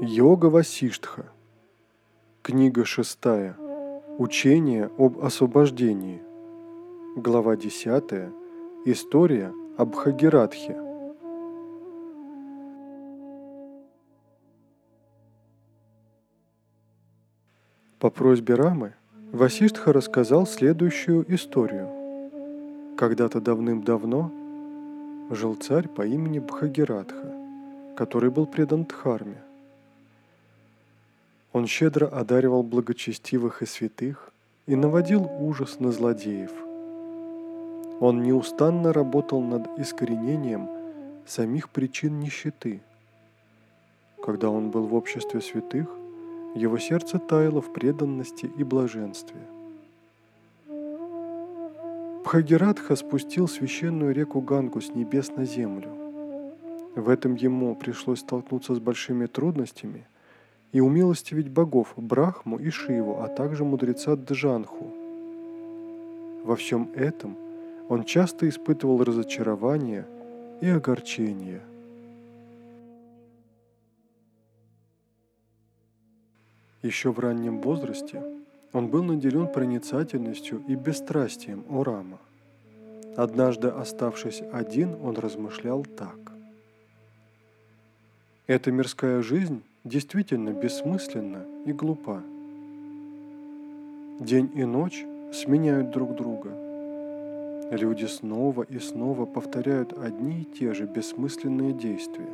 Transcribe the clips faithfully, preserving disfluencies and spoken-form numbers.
Йога Васиштха. Книга шестая. Учение об освобождении. Глава десятая. История об Бхагиратхе. По просьбе Рамы Васиштха рассказал следующую историю. Когда-то давным-давно жил царь по имени Бхагиратха, который был предан Дхарме. Он щедро одаривал благочестивых и святых и наводил ужас на злодеев. Он неустанно работал над искоренением самих причин нищеты. Когда он был в обществе святых, его сердце таяло в преданности и блаженстве. Бхагиратха спустил священную реку Гангу с небес на землю. В этом ему пришлось столкнуться с большими трудностями и умилостивить богов Брахму и Шиву, а также мудреца Джанху. Во всем этом он часто испытывал разочарование и огорчение. Еще в раннем возрасте он был наделен проницательностью и бесстрастием у Рама. Однажды, оставшись один, он размышлял так. Эта мирская жизнь действительно бессмысленна и глупа. День и ночь сменяют друг друга. Люди снова и снова повторяют одни и те же бессмысленные действия.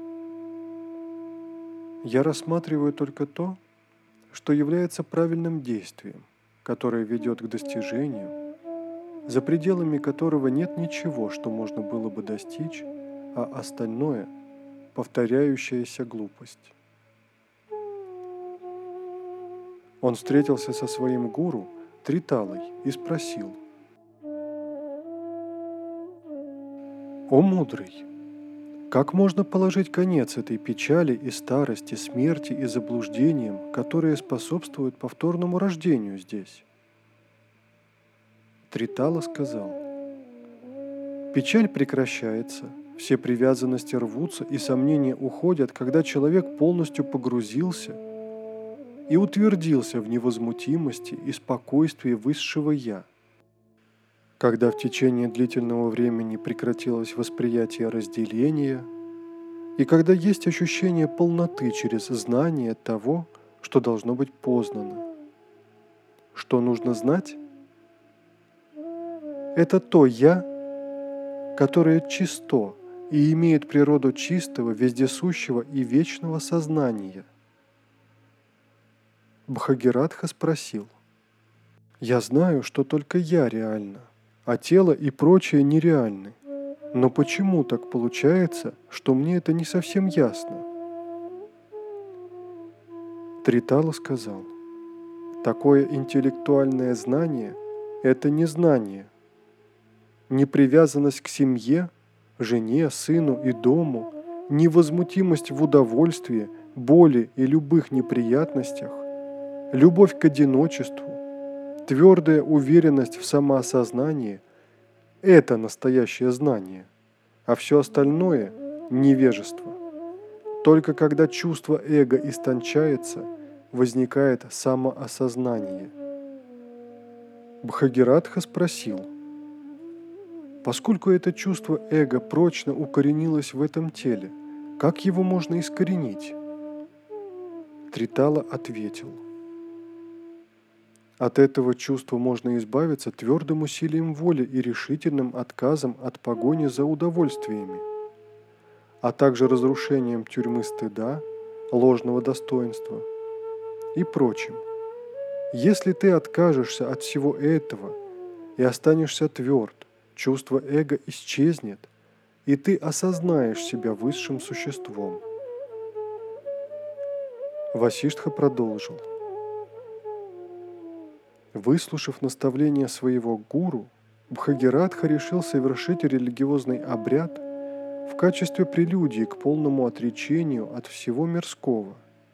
Я рассматриваю только то, что является правильным действием, которое ведет к достижению, за пределами которого нет ничего, что можно было бы достичь, а остальное – повторяющаяся глупость. Он встретился со своим гуру Триталой и спросил: «О мудрый, как можно положить конец этой печали и старости, смерти и заблуждениям, которые способствуют повторному рождению здесь?» Тритала сказал: «Печаль прекращается, все привязанности рвутся и сомнения уходят, когда человек полностью погрузился и утвердился в невозмутимости и спокойствии высшего «Я». Когда в течение длительного времени прекратилось восприятие разделения, и когда есть ощущение полноты через знание того, что должно быть познано. Что нужно знать? Это то «Я», которое чисто и имеет природу чистого, вездесущего и вечного сознания. Бхагиратха спросил: «Я знаю, что только я реальна, а тело и прочее нереальны. Но почему так получается, что мне это не совсем ясно?» Тритала сказал: «Такое интеллектуальное знание – это не знание. Непривязанность к семье, жене, сыну и дому, невозмутимость в удовольствии, боли и любых неприятностях, любовь к одиночеству, твердая уверенность в самоосознании – это настоящее знание, а все остальное – невежество. Только когда чувство эго истончается, возникает самоосознание». Бхагиратха спросил: «Поскольку это чувство эго прочно укоренилось в этом теле, как его можно искоренить?» Тритала ответил: «От этого чувства можно избавиться твердым усилием воли и решительным отказом от погони за удовольствиями, а также разрушением тюрьмы стыда, ложного достоинства и прочим. Если ты откажешься от всего этого и останешься тверд, чувство эго исчезнет, и ты осознаешь себя высшим существом». Васиштха продолжил: «Выслушав наставление своего гуру, Бхагиратха решил совершить религиозный обряд в качестве прелюдии к полному отречению от всего мирского.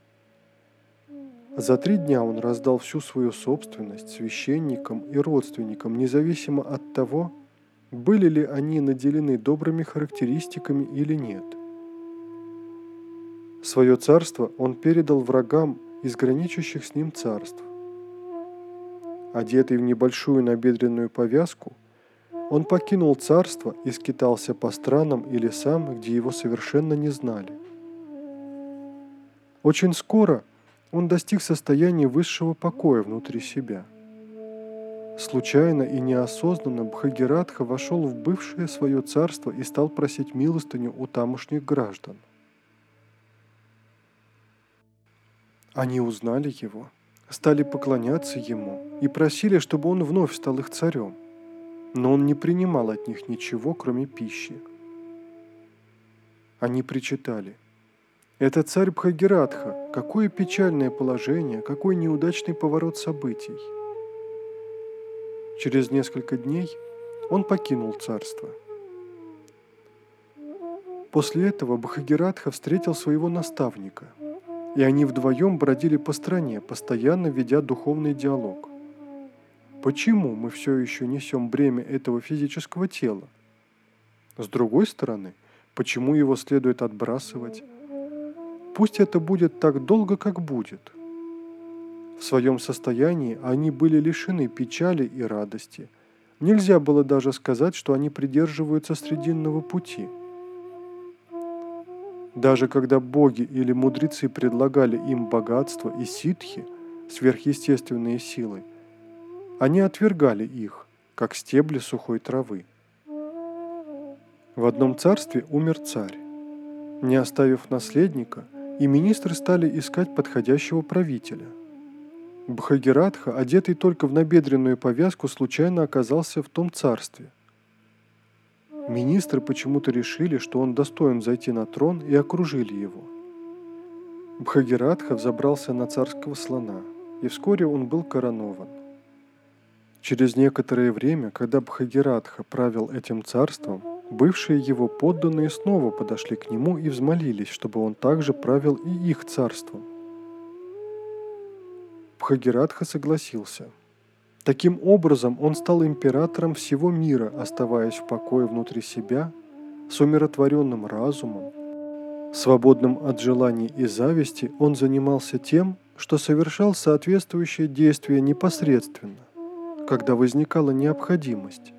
За три дня он раздал всю свою собственность священникам и родственникам, независимо от того, были ли они наделены добрыми характеристиками или нет. Свое царство он передал врагам из граничащих с ним царств. Одетый в небольшую набедренную повязку, он покинул царство и скитался по странам и лесам, где его совершенно не знали. Очень скоро он достиг состояния высшего покоя внутри себя. Случайно и неосознанно Бхагиратха вошел в бывшее свое царство и стал просить милостыню у тамошних граждан. Они узнали его, стали поклоняться ему и просили, чтобы он вновь стал их царем, но он не принимал от них ничего, кроме пищи. Они причитали: «Это царь Бхагиратха, какое печальное положение, какой неудачный поворот событий». Через несколько дней он покинул царство. После этого Бхагиратха встретил своего наставника, и они вдвоем бродили по стране, постоянно ведя духовный диалог. Почему мы все еще несем бремя этого физического тела? С другой стороны, почему его следует отбрасывать? Пусть это будет так долго, как будет. В своем состоянии они были лишены печали и радости. Нельзя было даже сказать, что они придерживаются срединного пути. Даже когда боги или мудрецы предлагали им богатство и ситхи, сверхъестественные силы, они отвергали их, как стебли сухой травы. В одном царстве умер царь. Не оставив наследника, и министры стали искать подходящего правителя. Бхагиратха, одетый только в набедренную повязку, случайно оказался в том царстве. Министры почему-то решили, что он достоин зайти на трон, и окружили его. Бхагиратха взобрался на царского слона, и вскоре он был коронован. Через некоторое время, когда Бхагиратха правил этим царством, бывшие его подданные снова подошли к нему и взмолились, чтобы он также правил и их царством. Бхагиратха согласился. Таким образом, он стал императором всего мира, оставаясь в покое внутри себя, с умиротворенным разумом. Свободным от желаний и зависти, он занимался тем, что совершал соответствующие действия непосредственно, когда возникала необходимость.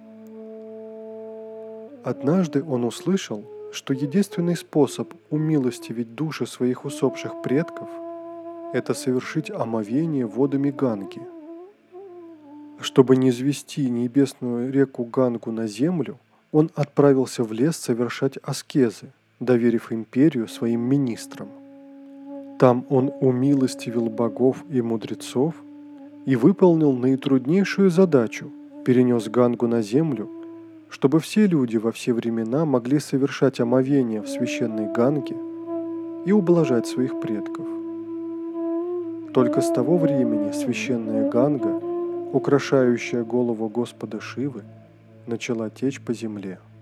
Однажды он услышал, что единственный способ умилостивить души своих усопших предков – это совершить омовение водами Ганги. Чтобы не низвести небесную реку Гангу на землю, он отправился в лес совершать аскезы, доверив империю своим министрам. Там он умилостивил богов и мудрецов и выполнил наитруднейшую задачу – перенес Гангу на землю, чтобы все люди во все времена могли совершать омовение в священной Ганге и ублажать своих предков. Только с того времени священная Ганга, украшающая голову Господа Шивы, начала течь по земле.